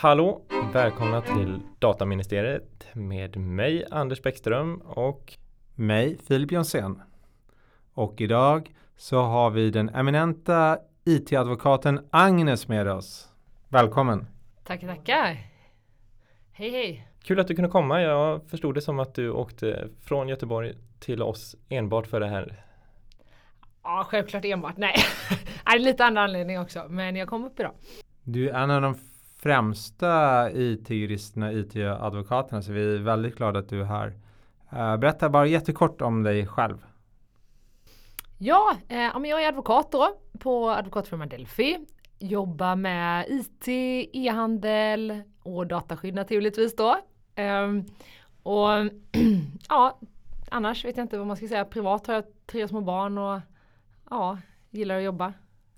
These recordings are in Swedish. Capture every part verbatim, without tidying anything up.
Hallå, välkomna till Dataministeriet med mig Anders Bäckström och mig Filip Jonsén. Och idag så har vi den eminenta I T-advokaten Agnes med oss. Välkommen. Tackar, tackar. Hej, hej. Kul att du kunde komma. Jag förstod det som att du åkte från Göteborg till oss enbart för det här. Ja, självklart enbart. Nej, det är lite andra anledningar också. Men jag kom upp idag. Du är en av de främsta I T-juristerna, I T-advokaterna, så vi är väldigt glada att du är här. Uh, berätta bara jättekort om dig själv. Ja, eh, jag är advokat då på advokatfirman Delphi. Jobbar med I T, e-handel och dataskydd naturligtvis då. Um, och ja, annars vet jag inte vad man ska säga. Privat har jag tre små barn och ja, gillar att jobba.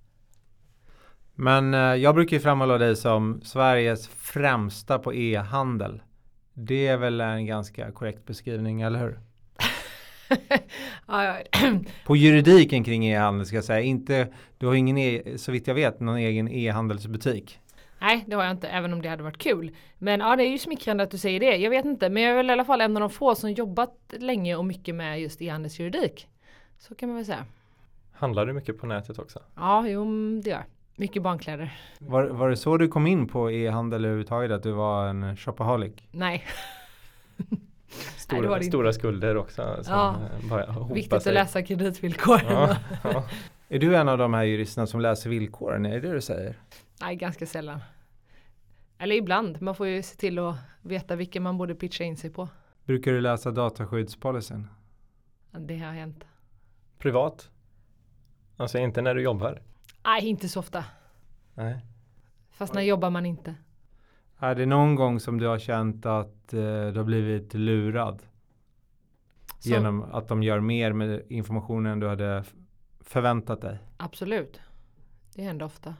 Men uh, jag brukar ju framhålla dig som Sveriges främsta på e-handel. Det är väl en ganska korrekt beskrivning, eller hur? ja, ja. På juridiken kring e-handel ska jag säga. Inte, du har ingen, e- så vitt jag vet, någon egen e-handelsbutik. Nej, det har jag inte, även om det hade varit kul. Men ja, det är ju smickrande att du säger det. Jag vet inte, men jag är väl i alla fall en av de få som jobbat länge och mycket med just e-handelsjuridik. Så kan man väl säga. Handlar du mycket på nätet också? Ja, jo, det gör. Mycket barnkläder. Var, var det så du kom in på e-handel överhuvudtaget, att du var en shopaholic? Nej. Stora, Nej, det det stora skulder också. Som ja, bara viktigt sig. Att läsa kreditvillkoren. Ja, ja. Är du en av de här juristerna som läser villkoren? Är det det du säger? Nej, ganska sällan. Eller ibland. Man får ju se till att veta vilken man borde pitcha in sig på. Brukar du läsa dataskyddspolicyn? Det har hänt. Privat? Alltså inte när du jobbar? Nej, inte så ofta. Nej. Fast när jobbar man inte. Är det någon gång som du har känt att eh, du har blivit lurad? Så, genom att de gör mer med informationen än du hade f- förväntat dig? Absolut. Det händer ofta.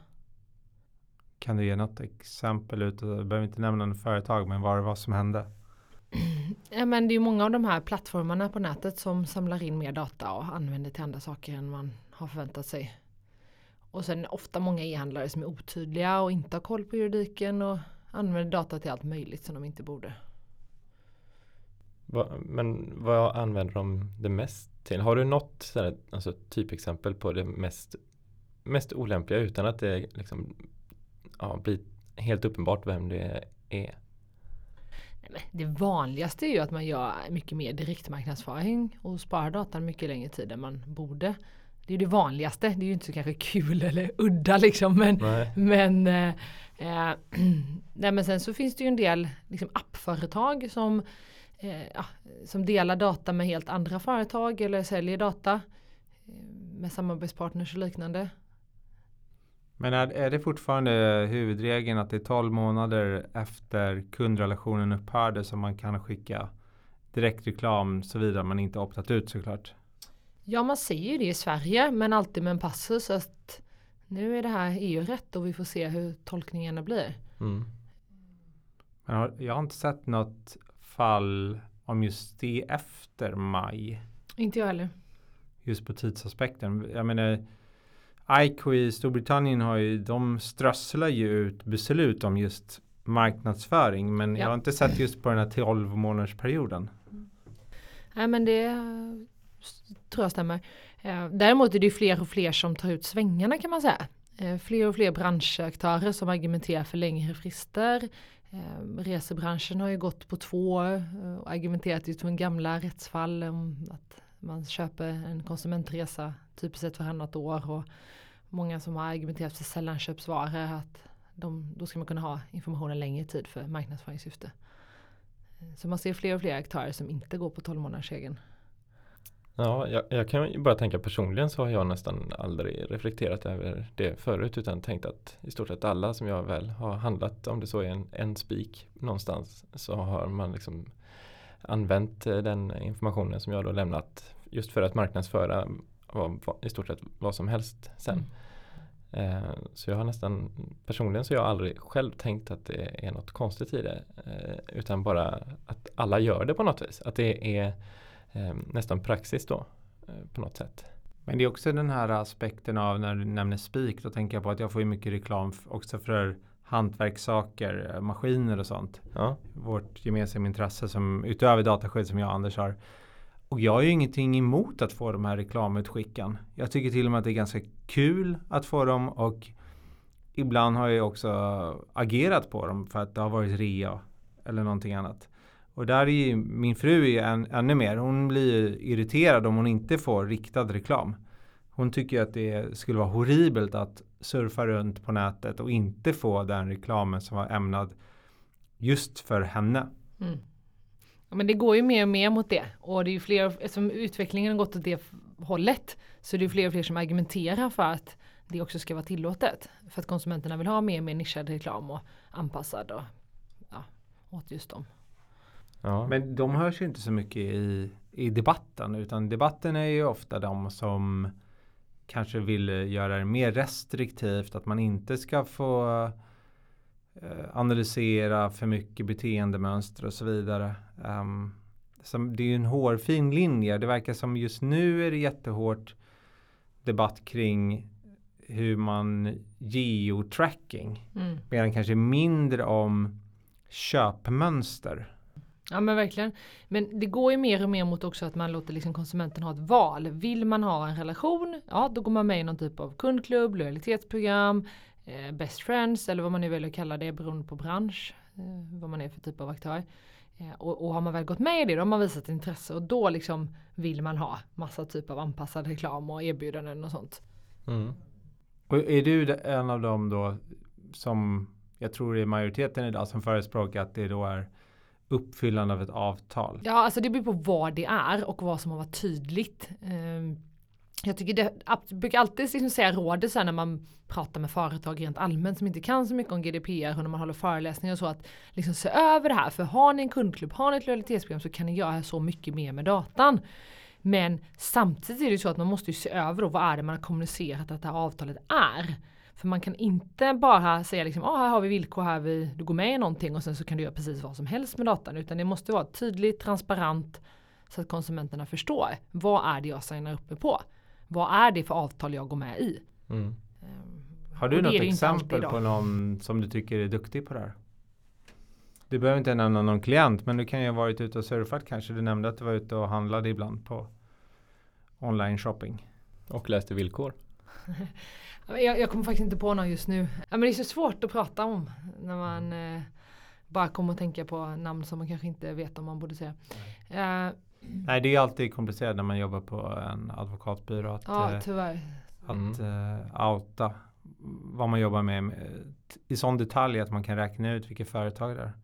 Kan du ge något exempel ut? Du behöver inte nämna en företag, men vad det var som hände? Ja, men det är ju många av de här plattformarna på nätet som samlar in mer data och använder till andra saker än man har förväntat sig. Och sen ofta många e-handlare som är otydliga och inte har koll på juridiken och använder data till allt möjligt som de inte borde. Va, men vad använder de det mest till? Har du något sådär, alltså, typexempel på det mest, mest olämpliga utan att det liksom, ja, blir helt uppenbart vem det är? Det vanligaste är ju att man gör mycket mer direktmarknadsföring och sparar datan mycket längre tid än man borde. Det är ju det vanligaste. Det är ju inte så kanske kul eller udda liksom. Men, men, eh, eh, nej, men sen så finns det ju en del liksom, appföretag som, eh, ja, som delar data med helt andra företag eller säljer data eh, med samarbetspartners och liknande. Men är, är det fortfarande huvudregeln att det är tolv månader efter kundrelationen upphörde som man kan skicka direktreklam såvida man inte optat ut såklart? Ja, man säger ju det i Sverige, men alltid med en passus att nu är det här E U-rätt och vi får se hur tolkningarna blir. Mm. Men har, jag har inte sett något fall om just det efter maj. Inte jag heller. Just på tidsaspekten. Jag menar, I C O i Storbritannien har ju, de strösslar ju ut beslut om just marknadsföring, men ja. jag har inte sett just på den här tolv månadersperioden. Nej, men det tror jag stämmer. Däremot är det ju fler och fler som tar ut svängarna kan man säga. Fler och fler branschaktörer som argumenterar för längre frister. Resebranschen har ju gått på två år och argumenterat utifrån gamla rättsfall om att man köper en konsumentresa typiskt sett varannat år, och många som har argumenterat för sällanköpsvaror att de, då ska man kunna ha informationen längre tid för marknadsföringssyfte. Så man ser fler och fler aktörer som inte går på tolv månadersregeln. Ja, jag, jag kan ju bara tänka personligen så har jag nästan aldrig reflekterat över det förut, utan tänkt att i stort sett alla som jag väl har handlat, om det så är en, en spik någonstans, så har man liksom använt den informationen som jag då lämnat just för att marknadsföra vad, vad, i stort sett vad som helst sen. Mm. Eh, så jag har nästan, personligen så har jag aldrig själv tänkt att det är något konstigt i det, eh, utan bara att alla gör det på något vis. Att det är eh, nästan praxis då eh, på något sätt. Men det är också den här aspekten av när du nämner spik, då tänker jag på att jag får ju mycket reklam också för hantverkssaker, maskiner och sånt. Ja. Vårt gemensamma intresse som utöver dataskydd som jag och Anders har. Och jag har ju ingenting emot att få de här reklamutskicken. Jag tycker till och med att det är ganska kul att få dem och ibland har jag också agerat på dem för att det har varit rea eller någonting annat. Och där är ju, min fru är en, ännu mer. Hon blir irriterad om hon inte får riktad reklam. Hon tycker att det skulle vara horribelt att surfa runt på nätet och inte få den reklamen som var ämnad just för henne. Mm. Ja, men det går ju mer och mer mot det. Och det är ju fler, eftersom utvecklingen har gått åt det hållet, så det är fler och fler som argumenterar för att det också ska vara tillåtet. För att konsumenterna vill ha mer och mer nischad reklam och anpassad och, ja, åt just dem. Ja. Men de hörs ju inte så mycket i, i debatten, utan debatten är ju ofta de som kanske vill göra det mer restriktivt, att man inte ska få eh, analysera för mycket beteendemönster och så vidare. Um, som, det är ju en hårfin linje. Det verkar som just nu är det jättehårt debatt kring hur man geotracking, Mm. medan kanske mindre om köpmönster. Ja men verkligen. Men det går ju mer och mer mot också att man låter liksom konsumenten ha ett val. Vill man ha en relation, ja då går man med i någon typ av kundklubb, lojalitetsprogram, eh, best friends eller vad man nu vill kalla det beroende på bransch, eh, vad man är för typ av aktör. Eh, och, och har man väl gått med i det, då har man visat intresse och då liksom vill man ha massa typ av anpassad reklam och erbjudanden och sånt. Mm. Och är du en av dem då som, jag tror det är majoriteten idag som förespråkar att det då är uppfyllande av ett avtal? Ja, alltså det beror på vad det är och vad som har varit tydligt. Um, jag tycker det, jag brukar alltid liksom säga rådet så här när man pratar med företag rent allmänt som inte kan så mycket om G D P R och när man håller föreläsningar och så, att liksom se över det här. För har ni en kundklubb, har ni ett lojalitetsprogram så kan ni göra så mycket mer med datan. Men samtidigt är det så att man måste ju se över då, vad är det man har kommunicerat att det här avtalet är. För man kan inte bara säga liksom, ah, här har vi villkor, här vi, du går med i någonting och sen så kan du göra precis vad som helst med datan. Utan det måste vara tydligt, transparent så att konsumenterna förstår. Vad är det jag signar upp på? Vad är det för avtal jag går med i? Mm. Um, Har du och det något är det ju inte exempel alltid på då. någon som du tycker är duktig på det här? Du behöver inte nämna någon klient, men du kan ju ha varit ute och surfat kanske. Du nämnde att du var ute och handlade ibland på online shopping. Och läste villkor. Jag, jag kommer faktiskt inte på någon just nu. Ja, men det är så svårt att prata om när man eh, bara kommer att tänka på namn som man kanske inte vet om man borde säga. Eh, Nej, det är alltid komplicerat när man jobbar på en advokatbyrå att, ja, eh, tyvärr. att eh, outa vad man jobbar med, med i sån detalj att man kan räkna ut vilket företag det är.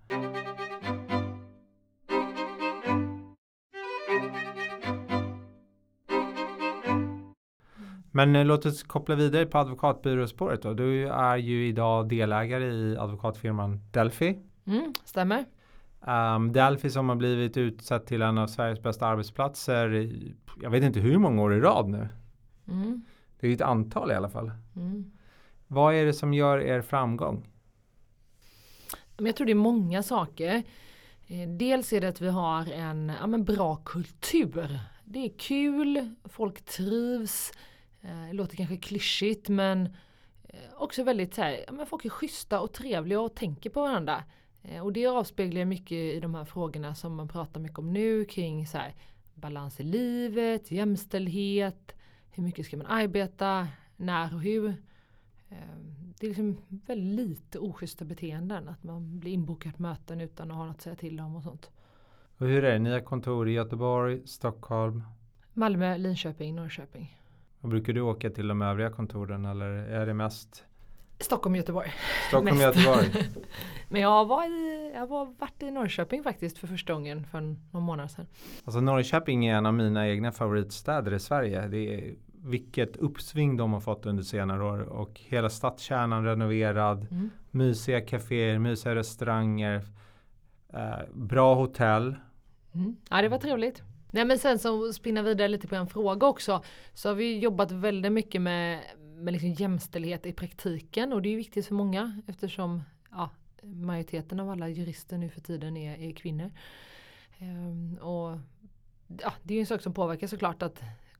Men eh, låt oss koppla vidare på advokatbyråspåret då. Du är ju idag delägare i advokatfirman Delphi. Mm, stämmer. Um, Delphi som har blivit utsett till en av Sveriges bästa arbetsplatser i, jag vet inte hur många år i rad nu. Mm, Det är ju ett antal i alla fall. mm. Vad är det som gör er framgång? Men jag tror det är många saker. Eh, Dels är det att vi har en ja, men bra kultur. Det är kul, folk trivs. Eh, Det låter kanske klyschigt men eh, också väldigt så här, ja, men folk är schyssta och trevliga och tänker på varandra. Eh, Och det avspeglar mycket i de här frågorna som man pratar mycket om nu kring så här, balans i livet, jämställdhet, hur mycket ska man arbeta, när och hur. Eh, Det är liksom väldigt lite oschyssta beteenden, att man blir inbokat möten utan att ha något att säga till om och sånt. Och hur är det? Ni har kontor i Göteborg, Stockholm. Malmö, Linköping, Norrköping. Och brukar du åka till de övriga kontoren eller är det mest Stockholm, Göteborg. Stockholm, Mest. Göteborg? Men jag var i, jag var varit i Norrköping faktiskt för första gången för några månader sedan. Alltså Norrköping är en av mina egna favoritstäder i Sverige. Det är vilket uppsving de har fått under senare år och hela stadskärnan renoverad, Mm. mysiga kaféer, mysiga restauranger, eh, bra hotell. Mm. Ja, det var trevligt. Nej, men sen så spinna vidare lite på en fråga också, så har vi jobbat väldigt mycket med, med liksom jämställdhet i praktiken och det är viktigt för många eftersom ja, majoriteten av alla jurister nu för tiden är, är kvinnor. Ehm, och ja, det är ju en sak som påverkar såklart att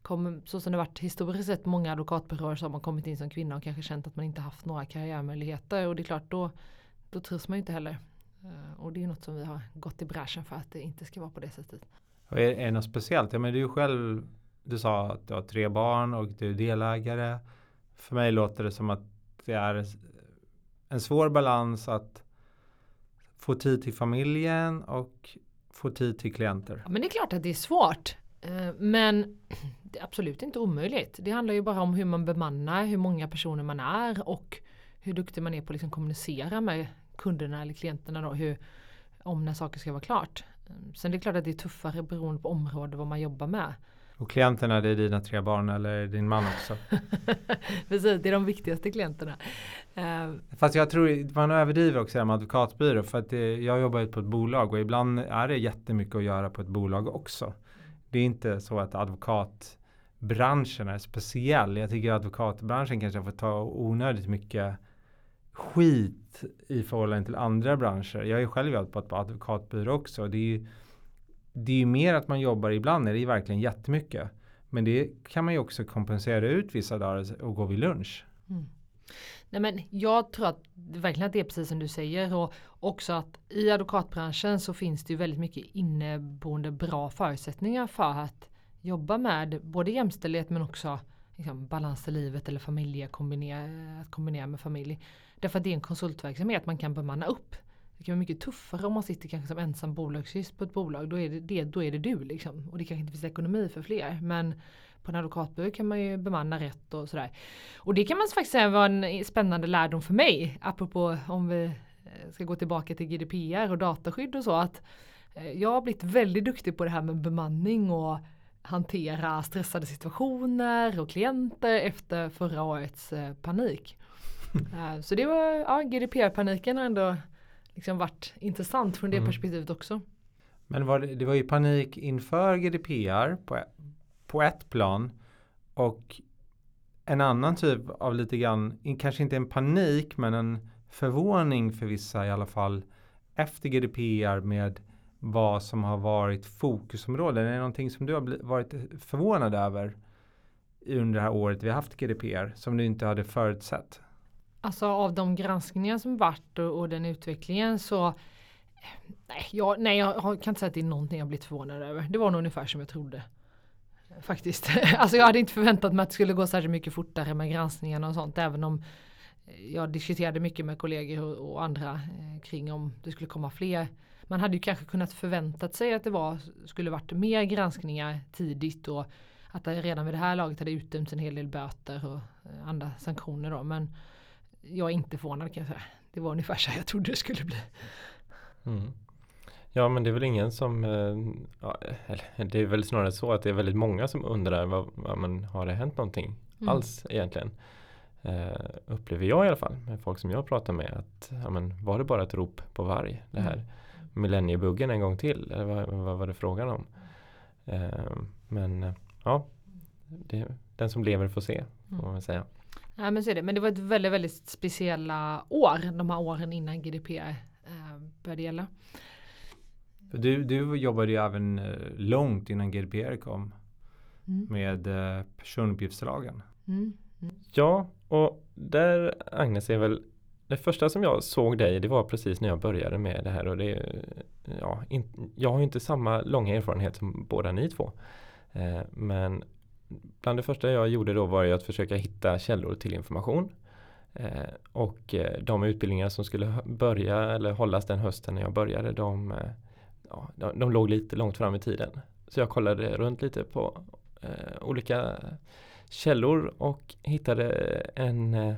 kom, så som det varit historiskt sett många advokatbyråer så har man kommit in som kvinna och kanske känt att man inte haft några karriärmöjligheter och det är klart då, då trivs man ju inte heller. Uh, och det är ju något som vi har gått i bräschen för att det inte ska vara på det sättet. Och är, är det något speciellt? Ja, men du själv, du sa att du har tre barn och du är delägare. För mig låter det som att det är en svår balans att få tid till familjen och få tid till klienter. Ja, men det är klart att det är svårt. Uh, men det är absolut inte omöjligt. Det handlar ju bara om hur man bemannar, hur många personer man är och hur duktig man är på att liksom kommunicera med kunderna eller klienterna då, hur, om när saker ska vara klart. Sen det är klart att det är tuffare beroende på område vad man jobbar med. Och klienterna, det är dina tre barn eller din man också? Precis, det är de viktigaste klienterna. Uh, Fast jag tror man överdriver också det med advokatbyrå för att det, jag jobbar på ett bolag och ibland är det jättemycket att göra på ett bolag också. Det är inte så att advokatbranschen är speciell. Jag tycker att advokatbranschen kanske får ta onödigt mycket skit i förhållande till andra branscher. Jag är själv jobbat på advokatbyrå också. Det är ju det är ju mer att man jobbar ibland är det verkligen jättemycket. Men det kan man ju också kompensera ut vissa dagar och gå vid lunch. Mm. Nej, men jag tror att verkligen att det är precis som du säger och också att i advokatbranschen så finns det ju väldigt mycket inneboende bra förutsättningar för att jobba med både jämställdhet men också liksom, balans i livet eller familje kombinera, att kombinera med familj. Därför att det är en konsultverksamhet man kan bemanna upp. Det kan vara mycket tuffare om man sitter kanske som ensam bolagsjurist på ett bolag. Då är det, det, då är det du liksom. Och det kanske inte finns ekonomi för fler. Men på en advokatbyrå kan man ju bemanna rätt och sådär. Och det kan man faktiskt säga var en spännande lärdom för mig. Apropå om vi ska gå tillbaka till G D P R och dataskydd och så. Att jag har blivit väldigt duktig på det här med bemanning och hantera stressade situationer och klienter efter förra årets panik. Så det var, ja, G D P R-paniken har ändå liksom varit intressant från det mm. perspektivet också. Men var det, det var ju panik inför G D P R på, på ett plan och en annan typ av lite grann, kanske inte en panik men en förvåning för vissa i alla fall efter G D P R med vad som har varit fokusområden. Är det någonting som du har varit förvånad över under det här året vi har haft G D P R som du inte hade förutsett? Alltså av de granskningar som varit och, och den utvecklingen så nej jag, nej, jag kan inte säga att det är någonting jag blivit förvånad över. Det var nog ungefär som jag trodde. Faktiskt. Alltså jag hade inte förväntat mig att det skulle gå särskilt mycket fortare med granskningarna och sånt. Även om jag diskuterade mycket med kollegor och, och andra eh, kring om det skulle komma fler. Man hade ju kanske kunnat förväntat sig att det var, skulle varit mer granskningar tidigt och att det redan vid det här laget hade utdömts en hel del böter och eh, andra sanktioner då. Men jag är inte förvånad kan jag säga. Det var ungefär så jag trodde det skulle bli. Mm. Ja, men det är väl ingen som, ja, eller, det är väl snarare så att det är väldigt många som undrar vad, vad man, har det hänt någonting mm. alls egentligen. Uh, upplever jag i alla fall med folk som jag pratar med att ja, men, var det bara ett rop på varg det här mm. millenniebuggen en gång till eller vad, vad var det frågan om? Uh, men uh, ja, det, den som lever får se får man säga. Ja, men, så är det. Men det var ett väldigt, väldigt speciella år, de här åren innan G D P R eh, började gälla. Du, du jobbade ju även eh, långt innan G D P R kom mm. med eh, personuppgiftslagen. Mm. Mm. Ja, och där Agnes är väl det första som jag såg dig, det var precis när jag började med det här och det, ja, in, jag har ju inte samma långa erfarenhet som båda ni två. Eh, men bland det första jag gjorde då var ju att försöka hitta källor till information. Eh, och eh, de utbildningar som skulle börja eller hållas den hösten när jag började, de, eh, ja, de, de låg lite långt fram i tiden. Så jag kollade runt lite på eh, olika källor och hittade en, eh,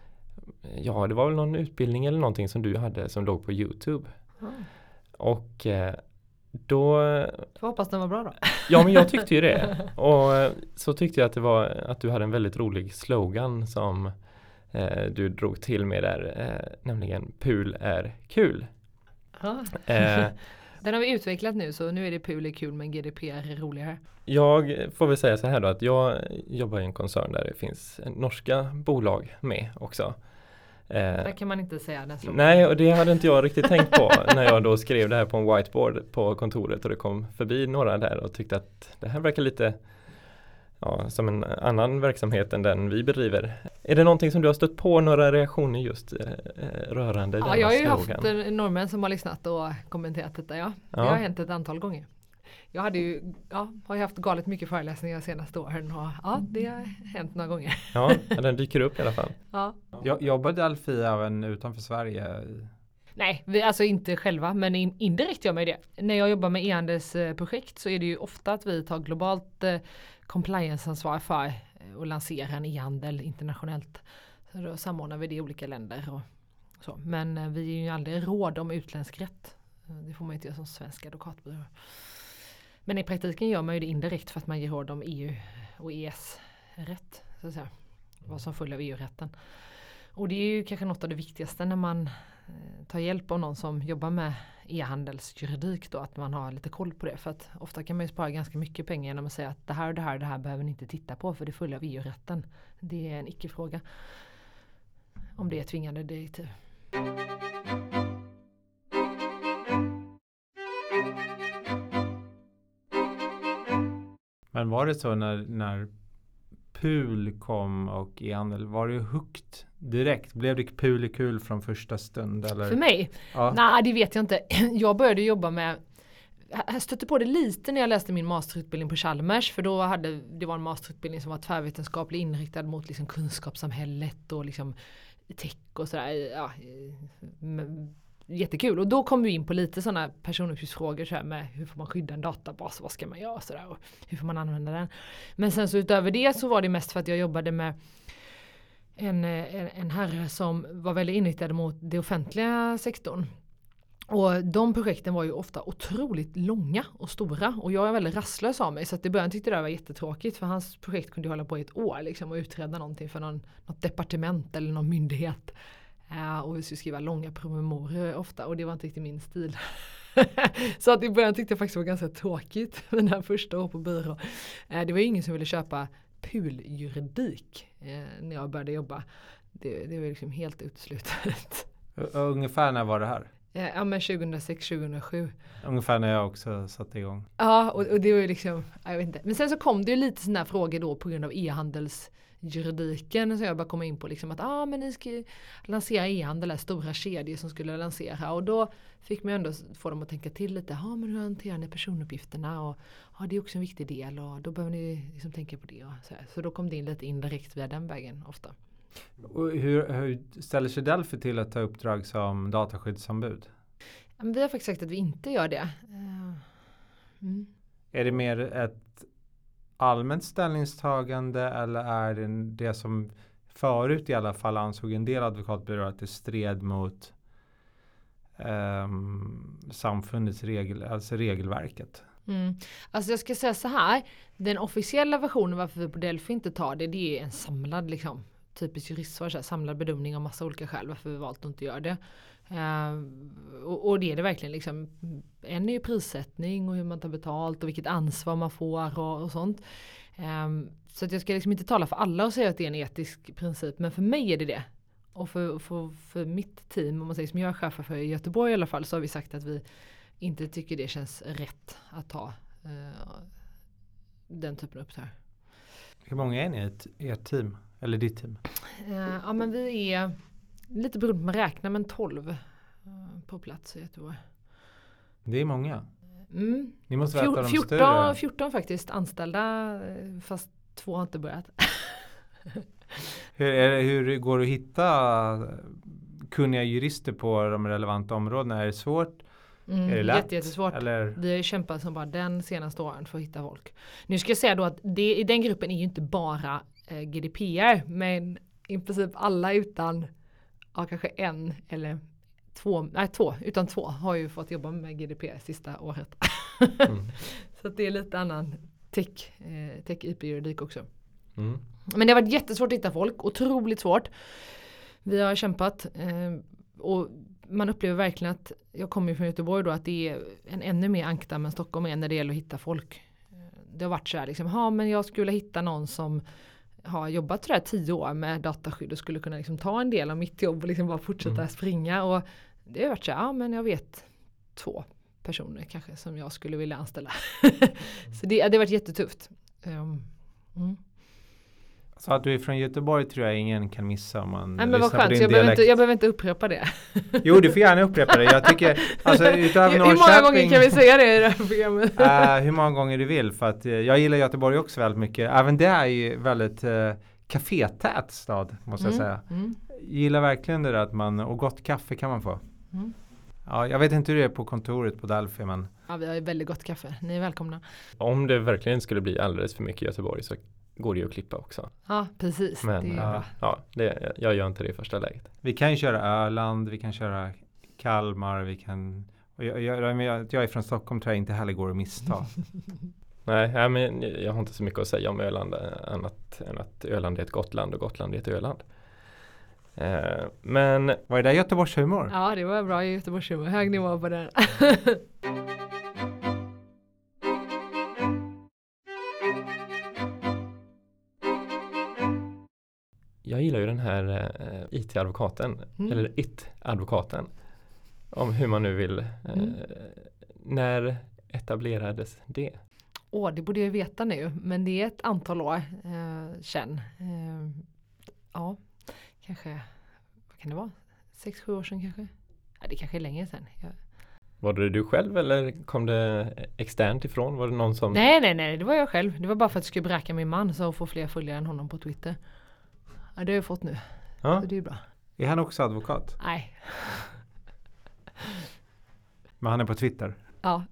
ja det var väl någon utbildning eller någonting som du hade som låg på YouTube. Mm. Och eh, Då, jag hoppas den var bra då. Ja, men jag tyckte ju det. Och så tyckte jag att det var att du hade en väldigt rolig slogan som eh, du drog till med där. Eh, nämligen Pul är kul. Ja. Eh, den har vi utvecklat nu så nu är det Pul är kul men G D P R är roligare. Jag får väl säga så här då att jag jobbar i en koncern där det finns norska bolag med också. Eh, Där kan man inte säga den slogan. Nej, och det hade inte jag riktigt tänkt på när jag då skrev det här på en whiteboard på kontoret och det kom förbi några där och tyckte att det här verkar lite ja, som en annan verksamhet än den vi bedriver. Är det någonting som du har stött på, några reaktioner just eh, rörande ja, denna jag har ju slogan? haft en norrmän som har lyssnat och kommenterat detta. Ja. Det Ja. har hänt ett antal gånger. Jag hade ju, ja, har ju haft galet mycket föreläsningar de senaste åren och ja, det har hänt några gånger. Ja, den dyker upp i alla fall. Ja. Jag jobbar Delphi även utanför Sverige? Nej, vi, alltså inte själva, men in, indirekt gör man ju det. När jag jobbar med e-handelsprojekt så är det ju ofta att vi tar globalt eh, compliance-ansvar för eh, att lansera en e-handel internationellt. Så då samordnar vi det i olika länder och så. Men eh, vi är ju aldrig råd om utländsk rätt. Det får man inte göra som svensk advokatbyrå. Men i praktiken gör man ju det indirekt för att man ger råd om E U och E S-rätt. Så att säga. Vad som följer av E U-rätten. Och det är ju kanske något av det viktigaste när man eh, tar hjälp av någon som jobbar med e-handelsjuridik då, att man har lite koll på det. För att ofta kan man ju spara ganska mycket pengar genom att säga att det här och det här, det här behöver ni inte titta på för det följer av E U-rätten. Det är en icke-fråga. Om det är tvingande direktiv. Men var det så när, när P U L kom och e-handel, var det högt direkt? Blev det P U L kul från första stund? Eller? För mig? Ja. Nej, det vet jag inte. Jag började jobba med, jag stötte på det lite när jag läste min masterutbildning på Chalmers, för då hade det var en masterutbildning som var tvärvetenskaplig inriktad mot liksom kunskapssamhället och liksom tech och sådär. Ja, jättekul. Och då kom vi in på lite sådana personuppgiftsfrågor så här med hur får man skydda en databas, vad ska man göra så där, och hur får man använda den. Men sen så utöver det så var det mest för att jag jobbade med en, en, en herre som var väldigt inriktad mot det offentliga sektorn. Och de projekten var ju ofta otroligt långa och stora. Och jag är väldigt rastlös av mig. Så att i början tyckte det var jättetråkigt. För hans projekt kunde hålla på i ett år liksom, och utreda någonting för någon, något departement eller någon myndighet. Uh, och vi skulle skriva långa promemorior ofta. Och det var inte riktigt min stil. Så att i början tyckte jag faktiskt det var ganska tråkigt. Den här första år på byrå. Uh, det var ingen som ville köpa P U L-juridik uh, när jag började jobba. Det, det var liksom helt uteslutet. Ungefär när var det här? Ja, men tjugohundrasex tjugohundrasju. Ungefär när jag också satte igång. Ja, och, och det var ju liksom, jag vet inte. Men sen så kom det ju lite sådana här frågor då på grund av e-handelsjuridiken. Så jag bara kom in på liksom att ah, men ni ska lansera e-handel, där stora kedjor som skulle lansera. Och då fick man ändå få dem att tänka till lite. Ja, ah, men hur hanterar ni personuppgifterna? Och ja, ah, det är också en viktig del och då behöver ni liksom tänka på det. Och så, här. Så då kom det in lite indirekt via den vägen ofta. Och hur, hur ställer sig Delphi till att ta uppdrag som dataskyddsombud? Vi har faktiskt sagt att vi inte gör det. Mm. Är det mer ett allmänt ställningstagande eller är det det som förut i alla fall ansåg en del advokatbyråer att det stred mot um, samfundets regel, alltså regelverket? Mm. Alltså jag ska säga så här, den officiella versionen varför vi på Delphi inte tar det, det är en samlad liksom typiskt juristsvar, så här, samlad bedömning av massa olika skäl varför vi valt att inte göra det. Uh, och, och det är det verkligen liksom, en är ju prissättning och hur man tar betalt och vilket ansvar man får och, och sånt. Um, så att jag ska liksom inte tala för alla och säga att det är en etisk princip, men för mig är det det. Och för, för, för mitt team, om man säger som jag är chef för i Göteborg i alla fall, så har vi sagt att vi inte tycker det känns rätt att ta uh, den typen av uppdrag. Hur många är ni i ett, ert team? Eller ditt team? Uh, ja, men vi är lite beroende på att man räknar, men tolv uh, på plats i Göteborg. Det är många. Mm. Ni måste vara ett av de fjorton, större. fjorton faktiskt anställda, fast två har inte börjat. hur, är det, hur går det att hitta kunniga jurister på de relevanta områdena? Är det svårt? Mm, är det lätt? jätte, jättesvårt. Eller? Vi har ju kämpat som bara den senaste åren för att hitta folk. Nu ska jag säga då att det, i den gruppen är ju inte bara eh, G D P R, men i princip alla utan ja, kanske en eller två, nej två, utan två har ju fått jobba med G D P R sista året. Mm. Så att det är lite annan tech, eh, tech I P-juridik också. Mm. Men det har varit jättesvårt att hitta folk, otroligt svårt. Vi har kämpat eh, och man upplever verkligen att, jag kommer ju från Göteborg då, att det är en ännu mer ankdamm än Stockholm är när det gäller att hitta folk. Det har varit så här liksom, ja men jag skulle hitta någon som har jobbat sådär tio år med dataskydd och skulle kunna liksom ta en del av mitt jobb och liksom bara fortsätta mm. springa. Och det har varit så här, ja men jag vet två personer kanske som jag skulle vilja anställa. Så det, det har varit jättetufft. Um, Mm. Så att du är från Göteborg tror jag ingen kan missa om man Nej, men vad lyssnar på skönt, din jag behöver, dialekt. inte, jag behöver inte upprepa det. Jo, du får gärna upprepa det. Jag tycker, alltså utöver Hur Norrköping... många gånger kan vi säga det i det här programmet? uh, hur många gånger du vill. För att uh, jag gillar Göteborg också väldigt mycket. Även det är ju väldigt uh, kafétät stad, måste Mm, jag säga. mm, Gillar verkligen det där att man, och gott kaffe kan man få. mm. Ja, jag vet inte hur det är på kontoret på Delphi, men... Ja, vi har ju väldigt gott kaffe. Ni är välkomna. Om det verkligen skulle bli alldeles för mycket i Göteborg så går det ju att klippa också. Ja, precis. Men det är ja. bra. ja, det, jag gör inte det i första läget. Vi Vi kan ju köra Öland, vi kan köra Kalmar, vi kan... Och jag, jag, jag, jag är från Stockholm tror jag inte heller går att missta. Nej, ja, men jag har inte så mycket att säga om Öland annat än att Öland är ett Gotland och Gotland är ett Öland. Eh, men Vad är det Göteborgs humor? Ja, det var bra i Göteborgshumor. Hög nivå på den. jag gillar ju den här eh, I T-advokaten, Mm. eller I T-advokaten, om hur man nu vill. Eh, Mm. När etablerades det? Åh, det borde jag veta nu. Men det är ett antal år eh, sedan. Eh, ja, kanske, vad kan det vara? Sex, sju år sedan kanske? Ja, det kanske är längre sedan. Jag... Var det du själv eller kom det externt ifrån? Var det någon som... Nej, nej, nej. Det var jag själv. Det var bara för att jag skulle bräcka min man så att få fler följare än honom på Twitter. Ja, det har jag fått nu. Ja. Så det är bra. Är han också advokat? Nej. Men han är på Twitter. Ja.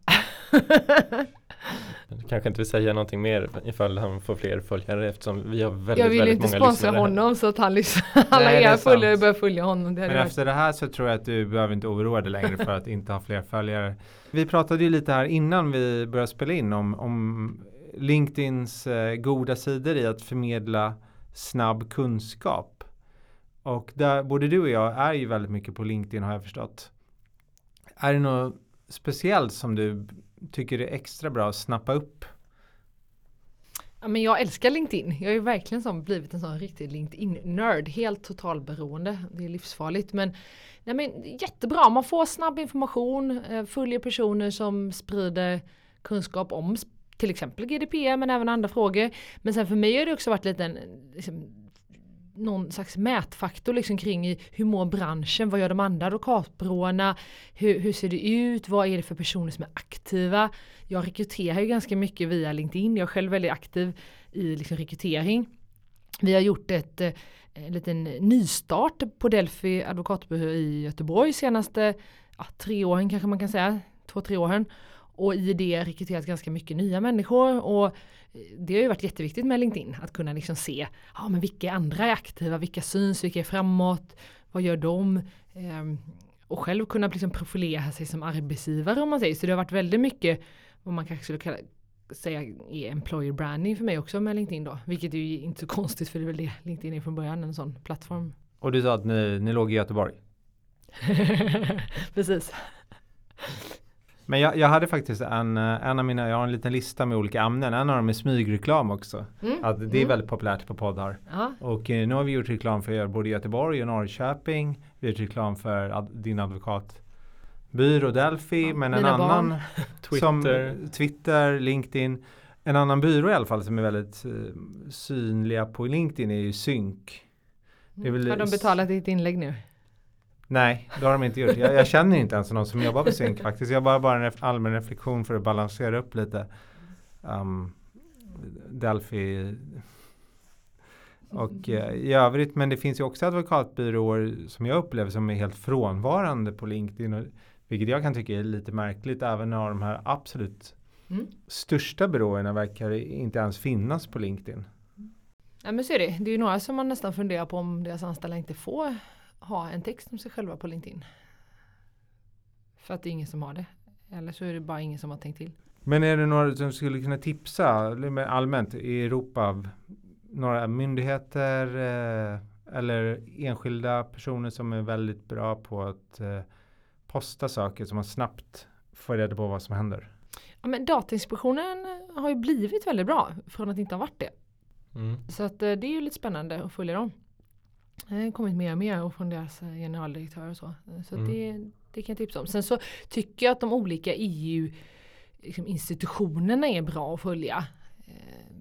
Du kanske inte vill säga någonting mer ifall han får fler följare eftersom vi har väldigt, Jag vill väldigt inte många sponsra lyssnare här. honom så att han lyssnar. Alla Nej, det är era sant. följare börjar följa honom. Det hade Men varit- efter det här så tror jag att du behöver inte oroa dig längre för att inte ha fler följare. Vi pratade ju lite här innan vi började spela in om, om LinkedIns eh, goda sidor i att förmedla snabb kunskap. Och där, både du och jag är ju väldigt mycket på LinkedIn har jag förstått. Är det något speciellt som du tycker är extra bra att snappa upp? Ja, men jag älskar LinkedIn. Jag är ju verkligen som blivit en sån riktig LinkedIn-nörd. Helt totalberoende. Det är livsfarligt. Men, nej, men jättebra. Man får snabb information. Eh, följer personer som sprider kunskap om sp- till exempel G D P R men även andra frågor. Men sen för mig har det också varit lite en, liksom, någon slags mätfaktor liksom kring i hur mår branschen, vad gör de andra advokatbyråerna, hur, hur ser det ut, vad är det för personer som är aktiva. Jag rekryterar ju ganska mycket via LinkedIn, jag är själv väldigt aktiv i liksom rekrytering. Vi har gjort ett, en liten nystart på Delphi advokatbyrå i Göteborg senaste ja, tre åren kanske man kan säga, två, tre åren. Och i det rekryterat ganska mycket nya människor och det har ju varit jätteviktigt med LinkedIn att kunna liksom se ja, men vilka andra är aktiva, vilka syns, vilka är framåt, vad gör de ehm, och själv kunna liksom profilera sig som arbetsgivare om man säger. Så det har varit väldigt mycket vad man kanske skulle kalla, säga är employer branding för mig också med LinkedIn då, vilket är ju inte så konstigt för det är väl det LinkedIn är från början, en sån plattform. Och du sa att ni, ni låg i Göteborg. Precis. Men jag, jag hade faktiskt en, en av mina, jag har en liten lista med olika ämnen. En av dem är smygreklam också. Mm. Att det är Mm. väldigt populärt på poddar. Ja. Och eh, nu har vi gjort reklam för både Göteborg och Norrköping. Vi har gjort reklam för ad, din advokatbyrå Delphi. Ja, men en mina annan barn. som Twitter. Twitter, LinkedIn. En annan byrå i alla fall som är väldigt eh, synliga på LinkedIn är ju Synk. Det är väl- Har de betalat ditt inlägg nu? Nej, det har de inte gjort. Jag, jag känner inte ens någon som jobbar på Synk faktiskt. Jag bara bara en ref- allmän reflektion för att balansera upp lite. Um, Delphi och eh, i övrigt. Men det finns ju också advokatbyråer som jag upplever som är helt frånvarande på LinkedIn. Och, vilket jag kan tycka är lite märkligt. Även när de här absolut Mm. största byråerna verkar inte ens finnas på LinkedIn. Ja, men så är det. Det är ju några som man nästan funderar på om deras anställda inte får ha en text om sig själva på LinkedIn. För att det är ingen som har det. Eller så är det bara ingen som har tänkt till. Men är det några som skulle kunna tipsa allmänt i Europa av några myndigheter eh, eller enskilda personer som är väldigt bra på att eh, posta saker som man snabbt får reda på vad som händer? Ja, men Datainspektionen har ju blivit väldigt bra från att inte ha varit det. Mm. Så att, eh, det är ju lite spännande att följa dem. Det har kommit mer och mer och från deras eh, generaldirektör och så. Eh, Så Mm. det, det kan jag tipsa om. Sen så tycker jag att de olika E U liksom, institutionerna är bra att följa. Eh,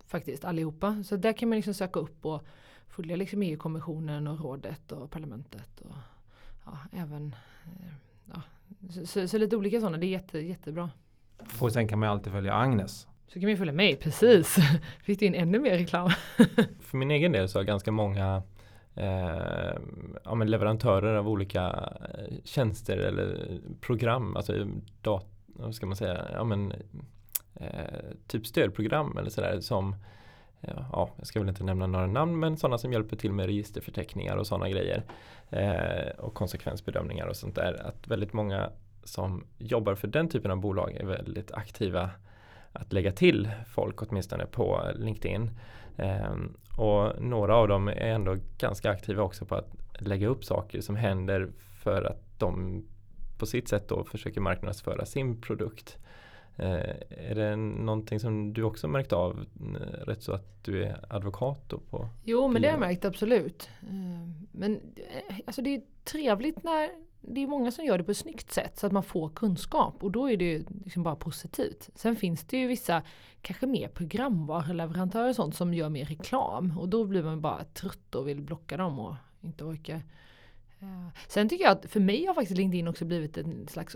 faktiskt allihopa. Så där kan man liksom söka upp och följa liksom E U-kommissionen och rådet och parlamentet och ja, även ja, så, så, så lite olika sådana. Det är jätte, jättebra. Och sen kan man alltid följa Agnes. Så kan man ju följa mig, precis. Fick du in ännu mer reklam. För min egen del så har ganska många eh, ja, men leverantörer av olika tjänster eller program, alltså dat, vad ska man säga, ja, men, eh, typ stödprogram eller sådär som, ja, jag ska väl inte nämna några namn, men sådana som hjälper till med registerförteckningar och sådana grejer eh, och konsekvensbedömningar och sånt där. Att väldigt många som jobbar för den typen av bolag är väldigt aktiva att lägga till folk åtminstone på LinkedIn. Eh, och några av dem är ändå ganska aktiva också på att lägga upp saker som händer för att de på sitt sätt då försöker marknadsföra sin produkt. Eh, är det någonting som du också märkt av, eh, rätt så att du är advokat då på? Jo, men det har jag märkt absolut. Eh, men eh, alltså det är trevligt när det är många som gör det på ett snyggt sätt så att man får kunskap och då är det liksom bara positivt. Sen finns det ju vissa kanske mer programvaruleverantörer och sånt som gör mer reklam och då blir man bara trött och vill blocka dem och inte orka. Sen tycker jag att för mig har faktiskt LinkedIn också blivit en slags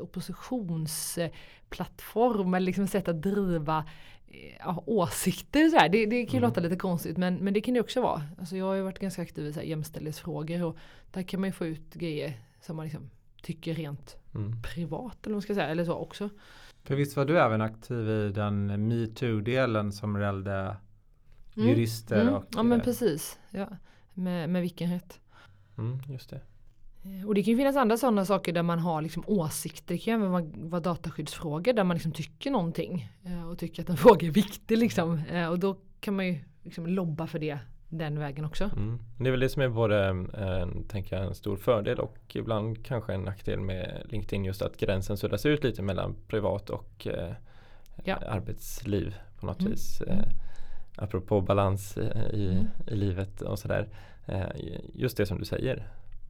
oppositionsplattform eller liksom sätt att driva ja, åsikter. Så här. Det, det kan ju mm. låta lite konstigt men, men det kan det också vara. Alltså jag har ju varit ganska aktiv i så här jämställdhetsfrågor och där kan man ju få ut grejer som man liksom tycker rent mm. privat eller vad man ska säga, eller så också. För visst var du även aktiv i den MeToo-delen som gällde mm. jurister mm. och... Ja men precis, ja. med, med vilken rätt. Mm, just det. Och det kan ju finnas andra sådana saker där man har liksom åsikter. Det kan även vara, vara dataskyddsfrågor där man liksom tycker någonting eh, och tycker att en fråga är viktig. Liksom. Eh, och då kan man ju liksom lobba för det den vägen också. Mm. Det är väl det som är både eh, tänker jag, en stor fördel och ibland kanske en nackdel med LinkedIn, just att gränsen suddas ut lite mellan privat och eh, ja. arbetsliv på något mm. vis. Eh, apropå balans i, mm. i livet och sådär. Eh, just det som du säger.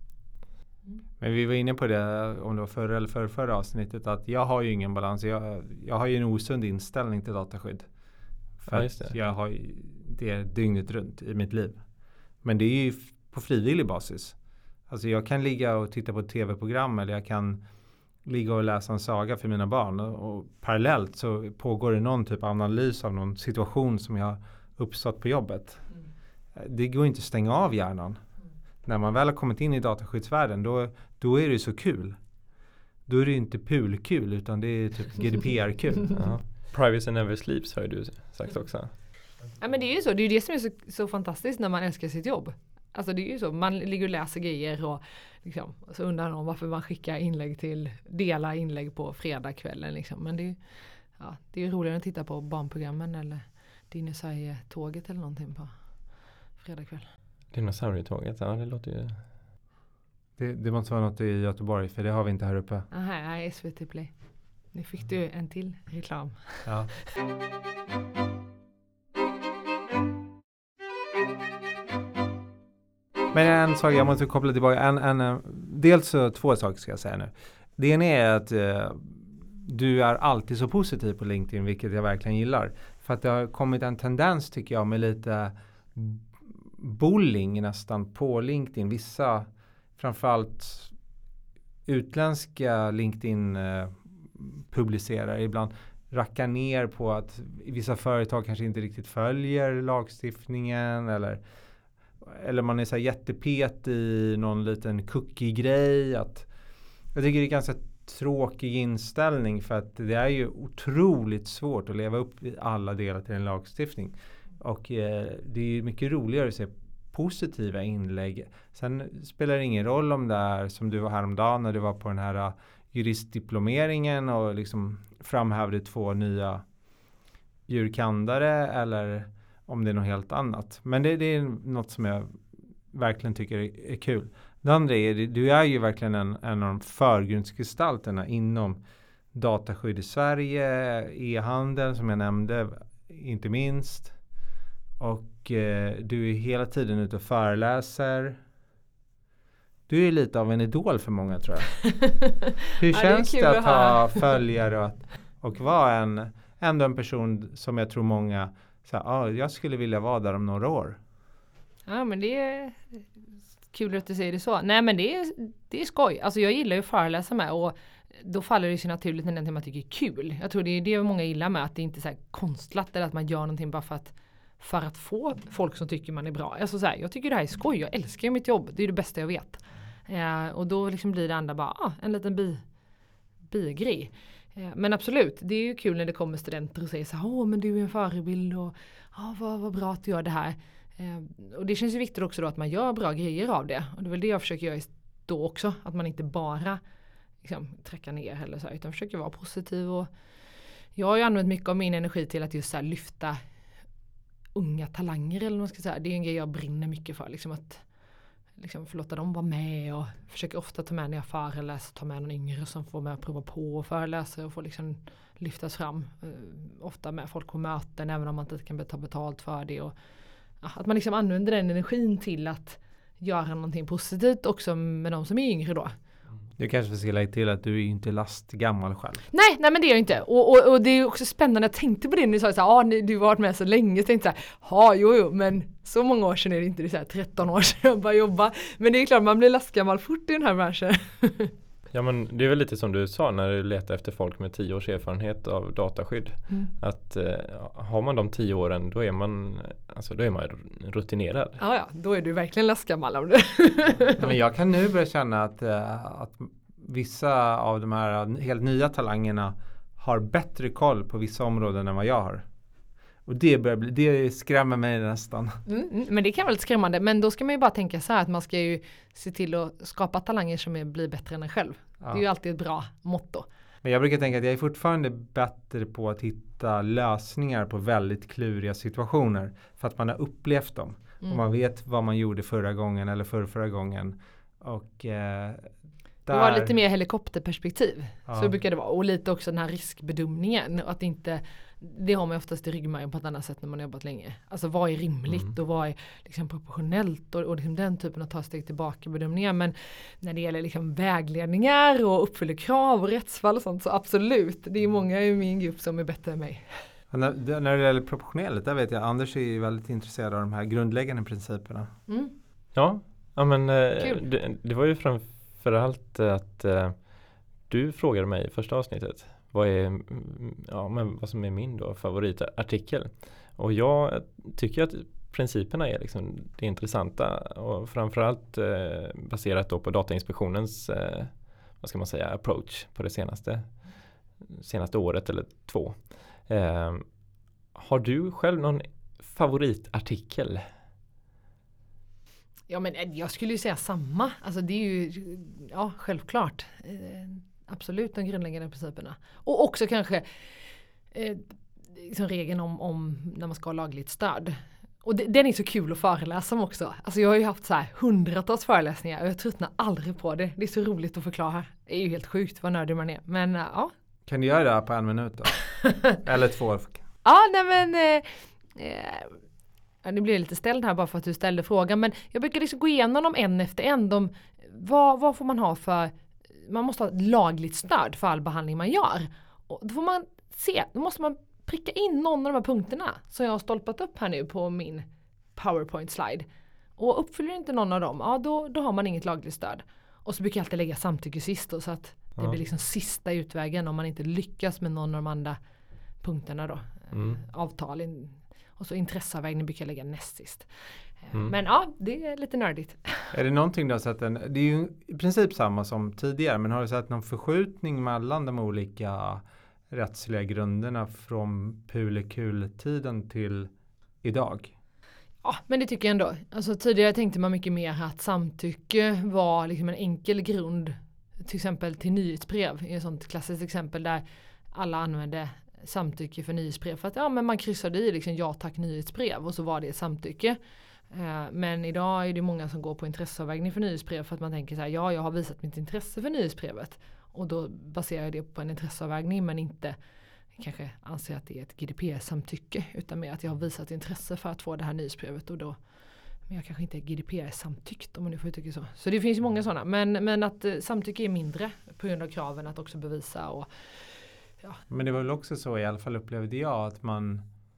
Men vi var inne på det, om det var förra eller förra, förra avsnittet, att jag har ju ingen balans. Jag, jag har ju en osund inställning till dataskydd. För ja, att jag har det dygnet runt i mitt liv. Men det är ju på frivillig basis. Alltså jag kan ligga och titta på ett tv-program eller jag kan ligga och läsa en saga för mina barn. Och, och parallellt så pågår det någon typ av analys av någon situation som jag har uppstått på jobbet. Mm. Det går inte att stänga av hjärnan. När man väl har kommit in i dataskyddsvärlden då, då är det så kul. Då är det inte pulkul utan det är typ G D P R-kul. Ja. Privacy never sleeps har du sagt också. Ja men det är ju så. Det är ju det som är så, så fantastiskt när man älskar sitt jobb. Alltså det är ju så. Man ligger och läser grejer och, liksom, och så undrar någon varför man skickar inlägg till dela inlägg på fredagskvällen. Liksom. Men det är, ja, det är roligare att titta på barnprogrammen eller dinosaurietåget eller någonting på fredagkväll. Dinosaurietåget, ja det låter ju... Det, det måste vara något i Göteborg för det har vi inte här uppe. Aha, nej, S V T Play. Nu fick du en till reklam. Ja. Men en sak jag måste koppla tillbaka. En, en, dels så två saker ska jag säga nu. Det ena är att eh, du är alltid så positiv på LinkedIn, vilket jag verkligen gillar. För att det har kommit en tendens tycker jag med lite bullying nästan på LinkedIn. Vissa, framförallt utländska LinkedIn eh, publicerar ibland rackar ner på att vissa företag kanske inte riktigt följer lagstiftningen eller, eller man är så här jättepet i någon liten cookie-grej. Att, jag tycker det är ganska tråkig inställning för att det är ju otroligt svårt att leva upp i alla delar till en lagstiftning. Och eh, det är ju mycket roligare att se positiva inlägg. Sen spelar det ingen roll om det är som du var häromdagen när du var på den här uh, juristdiplomeringen och liksom framhävde två nya jurkandare eller om det är något helt annat. Men det, det är något som jag verkligen tycker är, är kul. Det andra är, du är ju verkligen en, en av de förgrundsgestalterna inom dataskydd i Sverige, e-handel som jag nämnde, inte minst. Och eh, du är hela tiden ute och föreläser. Du är lite av en idol för många tror jag. Hur ja, känns det, det att ha följare och, och vara en, ändå en person som jag tror många så här, ah, jag skulle vilja vara där om några år. Ja, men det är kul att du säger det så. Nej, men det är, det är skoj. Alltså jag gillar ju att föreläsa med, och då faller det sig naturligt när man tycker är kul. Jag tror det är det många gillar med, att det inte är så här konstlat eller att man gör någonting bara för att, för att få folk som tycker man är bra. Alltså så här, jag tycker det här är skoj. Jag älskar ju mitt jobb. Det är det bästa jag vet. Eh, och då liksom blir det andra bara ah, en liten bi, bigrej. Eh, men absolut, det är ju kul när det kommer studenter och säger så här, åh men du är en förebild och ah, vad, vad bra att du gör det här. Eh, och det känns ju viktigt också då att man gör bra grejer av det. Och det är väl det jag försöker göra då också. Att man inte bara liksom, träcka ner eller så här, utan försöker vara positiv. Och jag har ju använt mycket av min energi till att just så här, lyfta unga talanger eller vad man ska säga. Det är en grej jag brinner mycket för. Liksom att liksom, få låta dem vara med, och försöker ofta ta med när jag föreläser, ta med någon yngre som får med att prova på och föreläsa och få liksom lyftas fram. Uh, ofta med folk på möten, även om man inte kan ta betalt för det. Och, ja, att man liksom använder den energin till att göra någonting positivt också med de som är yngre då. Du kanske ska lägga till att du är inte lastgammal själv. Nej, nej men det är jag inte. Och, och, och det är också spännande, jag tänkte på det när du sa så här, ah, du har varit med så länge. Så tänkte jag så här, ja jo jo, men så många år sedan är det inte, det är så här tretton år sedan jag bara jobba. Men det är klart, man blir lastgammal fort i den här branschen. Ja, men det är väl lite som du sa när du letar efter folk med tio års erfarenhet av dataskydd. Mm. Att eh, har man de tio åren, då är man, alltså, då är man rutinerad. Ja, ja, då är du verkligen lastgammal av det. Ja, men jag kan nu börja känna att, uh, att vissa av de här helt nya talangerna har bättre koll på vissa områden än vad jag har. Och det, börjar bli, det skrämmer mig nästan. Mm, men det kan vara lite skrämmande. Men då ska man ju bara tänka så här att man ska ju se till att skapa talanger som är, blir bättre än en själv. Ja. Det är ju alltid ett bra motto. Men jag brukar tänka att jag är fortfarande bättre på att hitta lösningar på väldigt kluriga situationer. För att man har upplevt dem. Mm. Och man vet vad man gjorde förra gången eller förra, förra gången. Och... Eh, Det var lite mer helikopterperspektiv. Ja. Så brukar det vara. Och lite också den här riskbedömningen. Och att inte, det har man oftast i ryggmärgen på ett annat sätt när man har jobbat länge. Alltså vad är rimligt mm. och vad är liksom proportionellt. Och, och liksom den typen av ta steg tillbaka bedömningar. Men när det gäller liksom vägledningar och uppfyller krav och rättsfall och sånt, så absolut. Det är många i min grupp som är bättre än mig. När, när det gäller proportionellt, där vet jag Anders är väldigt intresserad av de här grundläggande principerna. Mm. Ja, ja, men eh, det, det var ju framför För allt att uh, du frågade mig i första avsnittet vad, är, ja, men vad som är min då favoritartikel. Och jag tycker att principerna är liksom det intressanta, och framförallt uh, baserat då på Datainspektionens uh, vad ska man säga, approach på det senaste, senaste året eller två. Uh, har du själv någon favoritartikel? Ja, men jag skulle ju säga samma. Alltså det är ju, ja självklart. Eh, absolut de grundläggande principerna. Och också kanske eh, liksom regeln om, om när man ska ha lagligt stöd. Och det, den är så kul att föreläsa om också. Alltså jag har ju haft så här hundratals föreläsningar och jag tröttnar aldrig på det. Det är så roligt att förklara. Det är ju helt sjukt vad nördig man är. Men uh, ja. Kan du göra det här på en minut då? Eller två? Ja, nej men... Eh, eh, Ja, nu blir jag lite ställd här bara för att du ställde frågan. Men jag brukar liksom gå igenom dem en efter en. De, vad, vad får man ha för... Man måste ha ett lagligt stöd för all behandling man gör. Och då får man se. Då måste man pricka in någon av de här punkterna som jag har stolpat upp här nu på min PowerPoint-slide. Och uppfyller inte någon av dem, ja då, då har man inget lagligt stöd. Och så brukar jag alltid lägga samtycke sist då, så att det ja. blir liksom sista utvägen om man inte lyckas med någon av de andra punkterna då. Mm. Avtal in, och så intresseavvägning brukar jag lägga näst sist. Mm. Men ja, det är lite nördigt. Är det någonting du har sett, en, det är ju i princip samma som tidigare, men har du sett någon förskjutning mellan de olika rättsliga grunderna från Pule-Kul-tiden till idag? Ja, men det tycker jag ändå. Alltså tidigare tänkte man mycket mer att samtycke var liksom en enkel grund, till exempel till nyhetsbrev. I ett sånt klassiskt exempel där alla använde samtycke för nyhetsbrev för att ja, men man kryssade i liksom ja tack nyhetsbrev och så var det ett samtycke. Eh, men idag är det många som går på intresseavvägning för nyhetsbrev för att man tänker så här, ja jag har visat mitt intresse för nyhetsbrevet och då baserar jag det på en intresseavvägning men inte kanske anser att det är ett G D P R-samtycke utan mer att jag har visat intresse för att få det här nyhetsbrevet och då men jag kanske inte är G D P R-samtyckt om man nu får uttrycka så. Så det finns ju många sådana men, men att eh, samtycke är mindre på grund av kraven att också bevisa och ja. Men det var väl också så i alla fall upplevde jag att man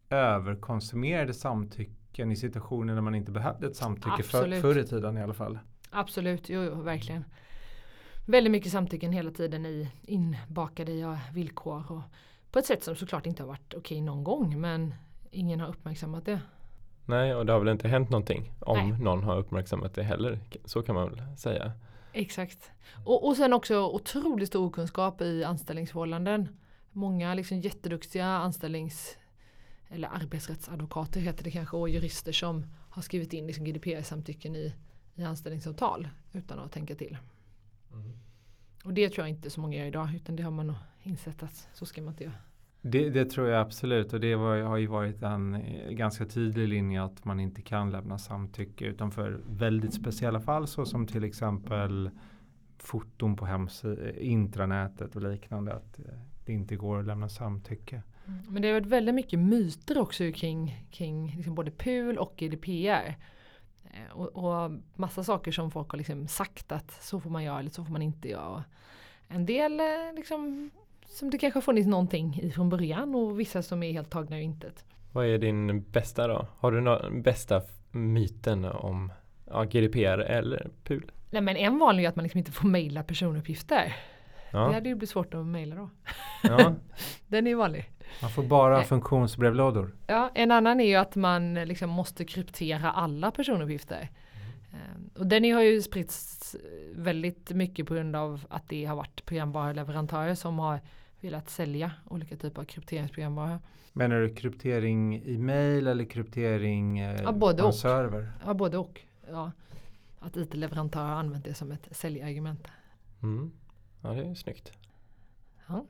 överkonsumerade samtycken i situationer där man inte behövde ett samtycke för, Absolut. förr i tiden i alla fall. Absolut, jo, jo, verkligen. Väldigt mycket samtycken hela tiden i inbakade i villkor och på ett sätt som såklart inte har varit okej någon gång, men ingen har uppmärksammat det. Nej, och det har väl inte hänt någonting om Nej. någon har uppmärksammat det heller. Så kan man väl säga. Exakt. Och, och sen också otroligt stor okunskap i anställningsförhållanden. Många liksom jätteduktiga anställnings- eller arbetsrättsadvokater heter det kanske, och jurister som har skrivit in liksom G D P R-samtycken i, i anställningsavtal utan att tänka till. Mm. Och det tror jag inte så många gör idag, utan det har man nog insett att så ska man inte göra. Det, det tror jag absolut, och det var, har ju varit en eh, ganska tydlig linje att man inte kan lämna samtycke utan för väldigt speciella fall, så som till exempel foton på hemsidan, intranätet och liknande, att eh, det inte går att lämna samtycke. Mm. Men det har varit väldigt mycket myter också kring, kring liksom både P U L och G D P R. Eh, Och, och massa saker som folk har liksom sagt att så får man göra eller så får man inte göra. Och en del eh, liksom, som det kanske har funnits någonting i från början och vissa som är helt tagna ur intet. Vad är din bästa då? Har du någon bästa myten om ja, G D P R eller P U L? Nej, men en vanlig är att man liksom inte får mejla personuppgifter. Det Ja. hade ju blivit svårt att mejla då. Ja. Den är ju vanlig. Man får bara Nej. funktionsbrevlådor. Ja, en annan är ju att man liksom måste kryptera alla personuppgifter. Mm. Och den har ju spritts väldigt mycket på grund av att det har varit programvaruleverantörer som har velat sälja olika typer av krypteringsprogramvaror. Menar du kryptering i mail eller kryptering eh, Ja, både på en och. server? Ja, både och. Ja. Att I T-leverantörer har använt det som ett säljargument. Mm. Ja, det är snyggt. Ja.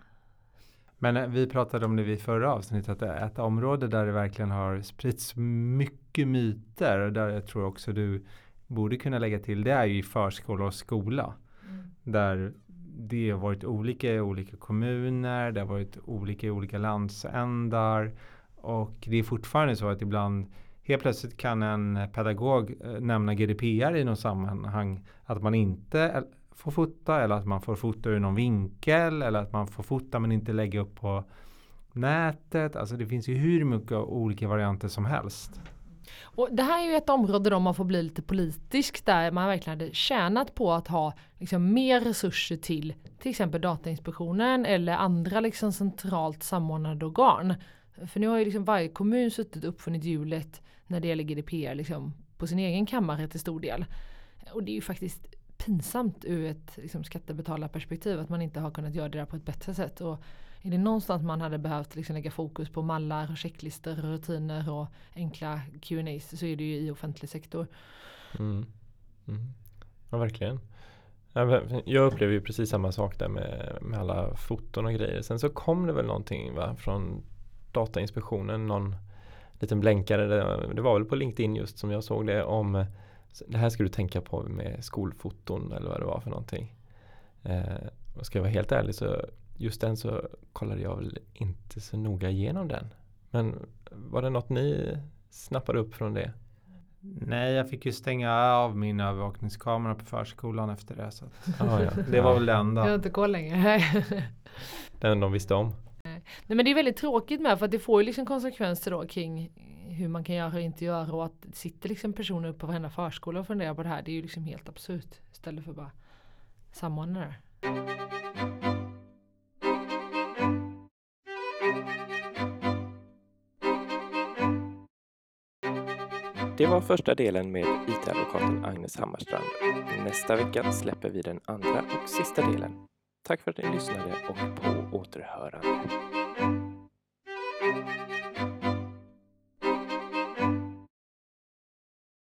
Men eh, vi pratade om det vid förra avsnittet, att det är ett område där det verkligen har spritts mycket myter, och där jag tror också du borde kunna lägga till, det är ju i förskola och skola. Mm. Där det har varit olika i olika kommuner, det har varit olika i olika landsändar, och det är fortfarande så att ibland helt plötsligt kan en pedagog eh, nämna G D P R i något sammanhang, att man inte får fota, eller att man får fota ur någon vinkel, eller att man får fota men inte lägga upp på nätet. Alltså det finns ju hur mycket olika varianter som helst. Och det här är ju ett område där man får bli lite politisk, där man verkligen hade tjänat på att ha liksom mer resurser till till exempel Datainspektionen eller andra liksom centralt samordnade organ. För nu har ju liksom varje kommun suttit och uppfunnit hjulet när det gäller G D P R liksom på sin egen kammare till stor del. Och det är ju faktiskt pinsamt ur ett liksom skattebetalarperspektiv att man inte har kunnat göra det där på ett bättre sätt. Och är det någonstans man hade behövt liksom lägga fokus på mallar och checklistor och rutiner och enkla Q and A's, så är det ju i offentlig sektor. Mm. Mm. Ja, verkligen. Jag upplever ju precis samma sak där med, med alla foton och grejer. Sen så kom det väl någonting va, från Datainspektionen, någon liten blänkare. Det, det var väl på LinkedIn just som jag såg det, om det här ska du tänka på med skolfoton eller vad det var för någonting. Eh, och ska jag vara helt ärlig så just den så kollade jag väl inte så noga igenom den. Men var det något ni snappade upp från det? Nej, jag fick ju stänga av min övervakningskamera på förskolan efter det. Så att Ah, ja. det var Ja. väl det enda. Jag har inte koll längre. Den de visste om. Nej, men det är väldigt tråkigt med, för att det får ju liksom konsekvenser då kring hur man kan göra och inte göra, och att det sitter liksom personer på varenda förskola och funderar på det här. Det är ju liksom helt absurt istället för bara samordna det. Det var första delen med I T-advokaten Agnes Hammarstrand. Nästa vecka släpper vi den andra och sista delen. Tack för att ni lyssnade och på återhörande.